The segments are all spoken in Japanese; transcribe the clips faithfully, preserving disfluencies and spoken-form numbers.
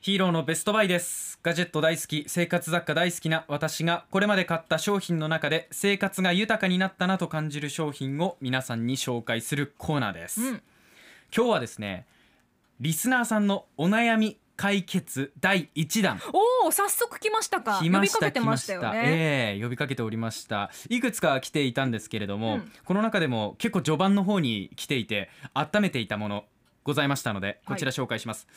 ヒーローのベストバイです。ガジェット大好き、生活雑貨大好きな私がこれまで買った商品の中で生活が豊かになったなと感じる商品を皆さんに紹介するコーナーです、うん、今日はですね、リスナーさんのお悩み解決だいいちだん。 おお、早速来ましたか。 来ました呼びかけてましたよね。 えー、呼びかけておりました。いくつか来ていたんですけれども、うん、この中でも結構序盤の方に来ていて温めていたものございましたので、こちら紹介します、はい、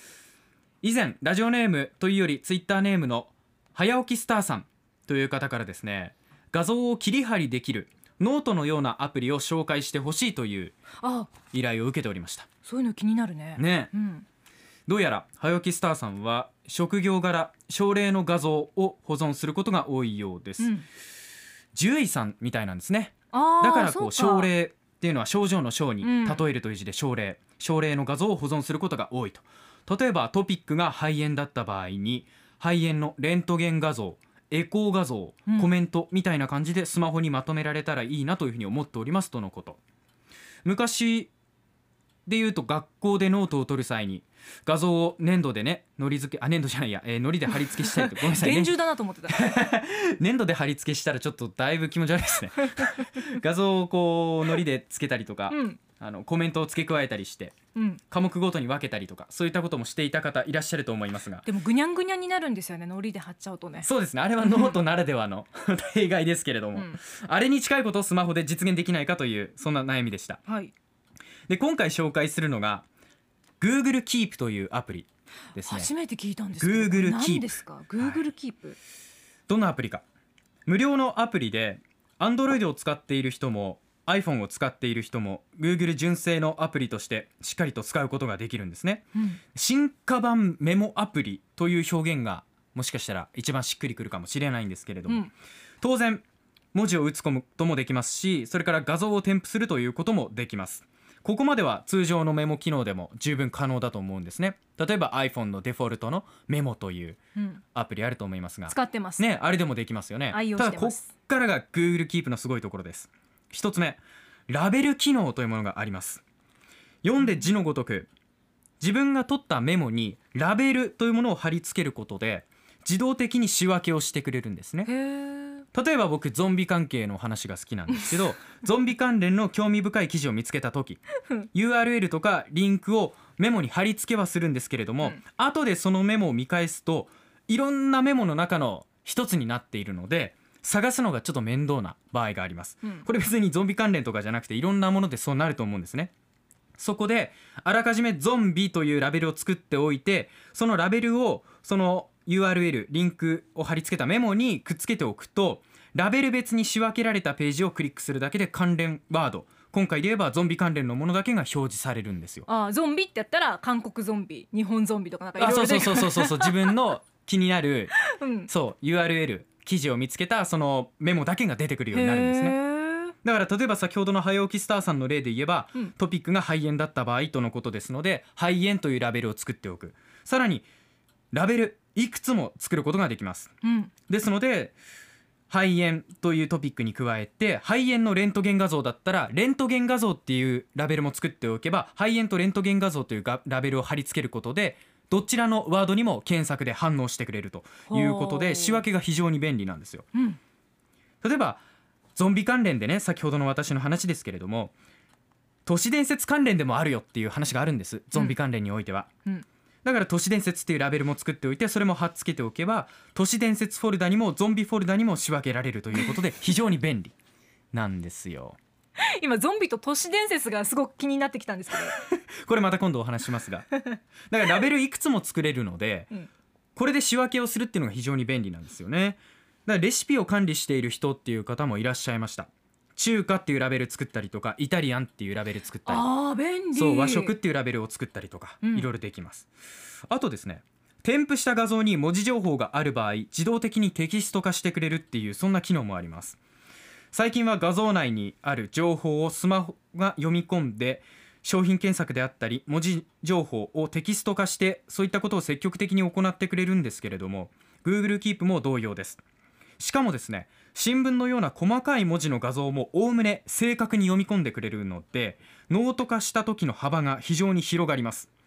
以前ラジオネームというよりツイッターネームの早起きスターさんという方からですね、画像を切り貼りできるノートのようなアプリを紹介してほしいという依頼を受けておりました。 そういうの気になるね。 ね、うん、どうやら早起きスターさんは職業柄症例の画像を保存することが多いようです、うん、獣医さんみたいなんですね。だからこう症例っていうのは症状の症に例えるという字で症例、うん、症例の画像を保存することが多いと。例えばトピックが肺炎だった場合に肺炎のレントゲン画像、エコー画像、うん、コメントみたいな感じでスマホにまとめられたらいいなというふうに思っておりますとのこと。昔でいうと学校でノートを取る際に画像を粘土でね、のり付けあ粘土じゃないや、えー、のりで貼り付けしたりとごめんなさいね、 厳重だなと思ってた粘土で貼り付けしたらちょっとだいぶ気持ち悪いですね画像をこうのりでつけたりとか、うん、あのコメントを付け加えたりして、うん、科目ごとに分けたりとか、そういったこともしていた方いらっしゃると思いますが、 でもぐにゃんぐにゃんになるんですよね、のりで貼っちゃうとね。 そうですね、あれはノートならではの弊害ですけれども、うん、あれに近いことをスマホで実現できないかという、そんな悩みでした、はい、で今回紹介するのが Google Keep というアプリですね。 初めて聞いたんですけど、 Google Keep 何ですか Google Keep、はい、 どんなアプリか。無料のアプリで Android を使っている人も iPhone を使っている人も Google 純正のアプリとしてしっかりと使うことができるんですね、うん、進化版メモアプリという表現がもしかしたら一番しっくりくるかもしれないんですけれども、うん、当然文字を打ち込むこともできますし、それから画像を添付するということもできます。ここまでは通常のメモ機能でも十分可能だと思うんですね。例えば iPhone のデフォルトのメモというアプリあると思いますが、うん、 使ってますね、あれでもできますよね。ただこっからが Google Keep のすごいところです。一つ目、ラベル機能というものがあります。読んで字のごとく自分が取ったメモにラベルというものを貼り付けることで自動的に仕分けをしてくれるんですね。へー。例えば僕ゾンビ関係の話が好きなんですけどゾンビ関連の興味深い記事を見つけた時ユーアールエル とかリンクをメモに貼り付けはするんですけれども、うん、後でそのメモを見返すといろんなメモの中の一つになっているので探すのがちょっと面倒な場合があります、うん、これ別にゾンビ関連とかじゃなくていろんなものでそうなると思うんですね。そこであらかじめゾンビというラベルを作っておいて、そのラベルをそのユーアールエル リンクを貼り付けたメモにくっつけておくと、ラベル別に仕分けられたページをクリックするだけで関連ワード、今回で言えばゾンビ関連のものだけが表示されるんですよ。 ああ、ゾンビってやったら韓国ゾンビ、日本ゾンビとかなんかいろいろ。あ、 そうそうそうそうそう自分の気になる、うん、そう ユーアールエル 記事を見つけたそのメモだけが出てくるようになるんですね。だから例えば先ほどの早起きスターさんの例で言えば、うん、トピックが肺炎だった場合とのことですので、肺炎というラベルを作っておく。さらにラベルいくつも作ることができます、うん、ですので肺炎というトピックに加えて肺炎のレントゲン画像だったらレントゲン画像っていうラベルも作っておけば、肺炎とレントゲン画像というラベルを貼り付けることでどちらのワードにも検索で反応してくれるということで仕分けが非常に便利なんですよ、うん、例えばゾンビ関連でね、先ほどの私の話ですけれども都市伝説関連でもあるよっていう話があるんです、ゾンビ関連においては、うんうん、だから都市伝説っていうラベルも作っておいてそれも貼っつけておけば都市伝説フォルダにもゾンビフォルダにも仕分けられるということで非常に便利なんですよ今ゾンビと都市伝説がすごく気になってきたんですけどこれまた今度お話しますがだからラベルいくつも作れるので、うん、これで仕分けをするっていうのが非常に便利なんですよね。だからレシピを管理している人っていう方もいらっしゃいました。中華っていうラベル作ったりとかイタリアンっていうラベル作ったり、 あー便利。 そう和食っていうラベルを作ったりとか、うん、いろいろできます。あとですね、添付した画像に文字情報がある場合自動的にテキスト化してくれるっていうそんな機能もあります。最近は画像内にある情報をスマホが読み込んで商品検索であったり文字情報をテキスト化してそういったことを積極的に行ってくれるんですけれども Google Keep も同様です。しかもですね、新聞のような細かい文字の画像もおおむね正確に読み込んでくれるのでノート化した時の幅が非常に広がります。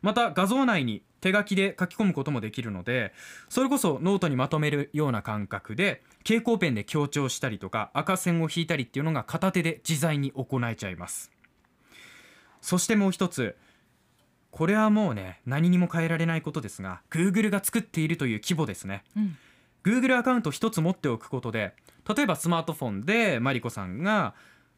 また画像内に手書きで書き込むこともできるので、それこそノートにまとめるような感覚で蛍光ペンで強調したりとか赤線を引いたりっていうのが片手で自在に行えちゃいます。そしてもう一つ、これはもうね何にも変えられないことですが、 Google が作っているという規模ですね、うん、Google アカウント一つ持っておくことで、例えばスマートフォンでマリコさんが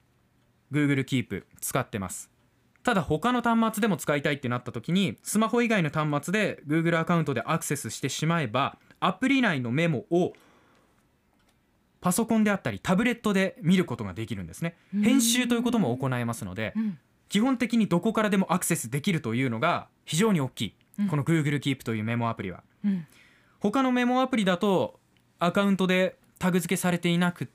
Google Keep 使ってます。ただ他の端末でも使いたいってなった時に、スマホ以外の端末で Google アカウントでアクセスしてしまえば、アプリ内のメモをパソコンであったりタブレットで見ることができるんですね。編集ということも行えますので、うん、基本的にどこからでもアクセスできるというのが非常に大きい、うん、この Google Keep というメモアプリは、うん、他のメモアプリだとアカウントでタグ付けされていなくって、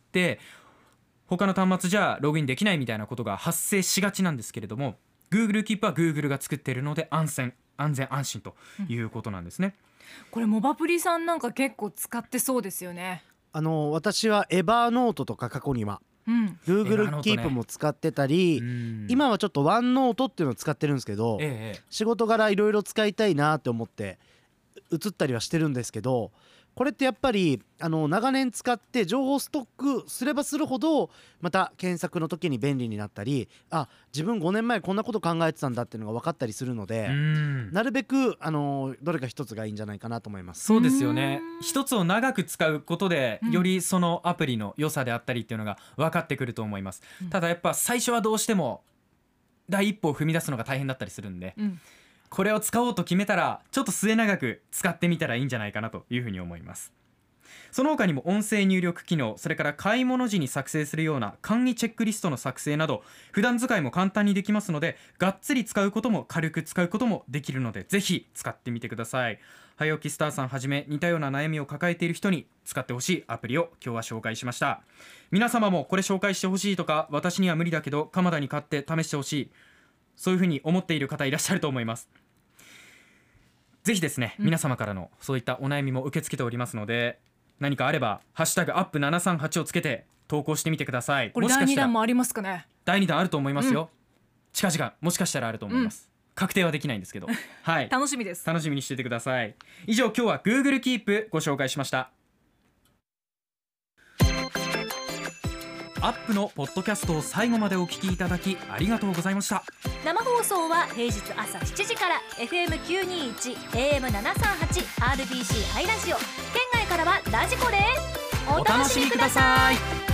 他の端末じゃログインできないみたいなことが発生しがちなんですけれども、 Google Keep は Google が作っているので安全安全安心ということなんですね、 うん、これモバプリさんなんか結構使ってそうですよね。 あの私はエバーノートとか過去には、うん、Google Keep も使ってたり、ね、今はちょっとワンノートっていうのを使ってるんですけど、ええ、仕事柄いろいろ使いたいなって思って移ったりはしてるんですけど、これってやっぱりあの長年使って情報ストックすればするほどまた検索の時に便利になったり、あ、自分ごねんまえこんなこと考えてたんだっていうのが分かったりするので、なるべくあのどれか一つがいいんじゃないかなと思います。 そうですよね。一つを長く使うことでよりそのアプリの良さであったりっていうのが分かってくると思います、うん、ただやっぱ最初はどうしても第一歩を踏み出すのが大変だったりするんで、うん、これを使おうと決めたらちょっと末永く使ってみたらいいんじゃないかなというふうに思います。その他にも音声入力機能、それから買い物時に作成するような簡易チェックリストの作成など、普段使いも簡単にできますので、がっつり使うことも軽く使うこともできるので、ぜひ使ってみてください。早起きスターさんはじめ似たような悩みを抱えている人に使ってほしいアプリを今日は紹介しました。皆様もこれ紹介してほしいとか、私には無理だけど鎌田に買って試してほしい、そういうふうに思っている方いらっしゃると思います。ぜひですね、うん、皆様からのそういったお悩みも受け付けておりますので、何かあればハッシュタグアップななさんはちをつけて投稿してみてください。 これだいにだんもありますかね。 だいにだんあると思いますよ、うん、近々もしかしたらあると思います、うん、確定はできないんですけどはい、 楽しみです。 楽しみにしててください。以上、今日は Google Keep ご紹介しました。アップのポッドキャストを最後までお聞きいただきありがとうございました。 生放送は平日朝しちじから エフエムきゅうにいち エーエムななさんはち アールビーシー ハイラジオ、県外からはラジコです。 お楽しみください。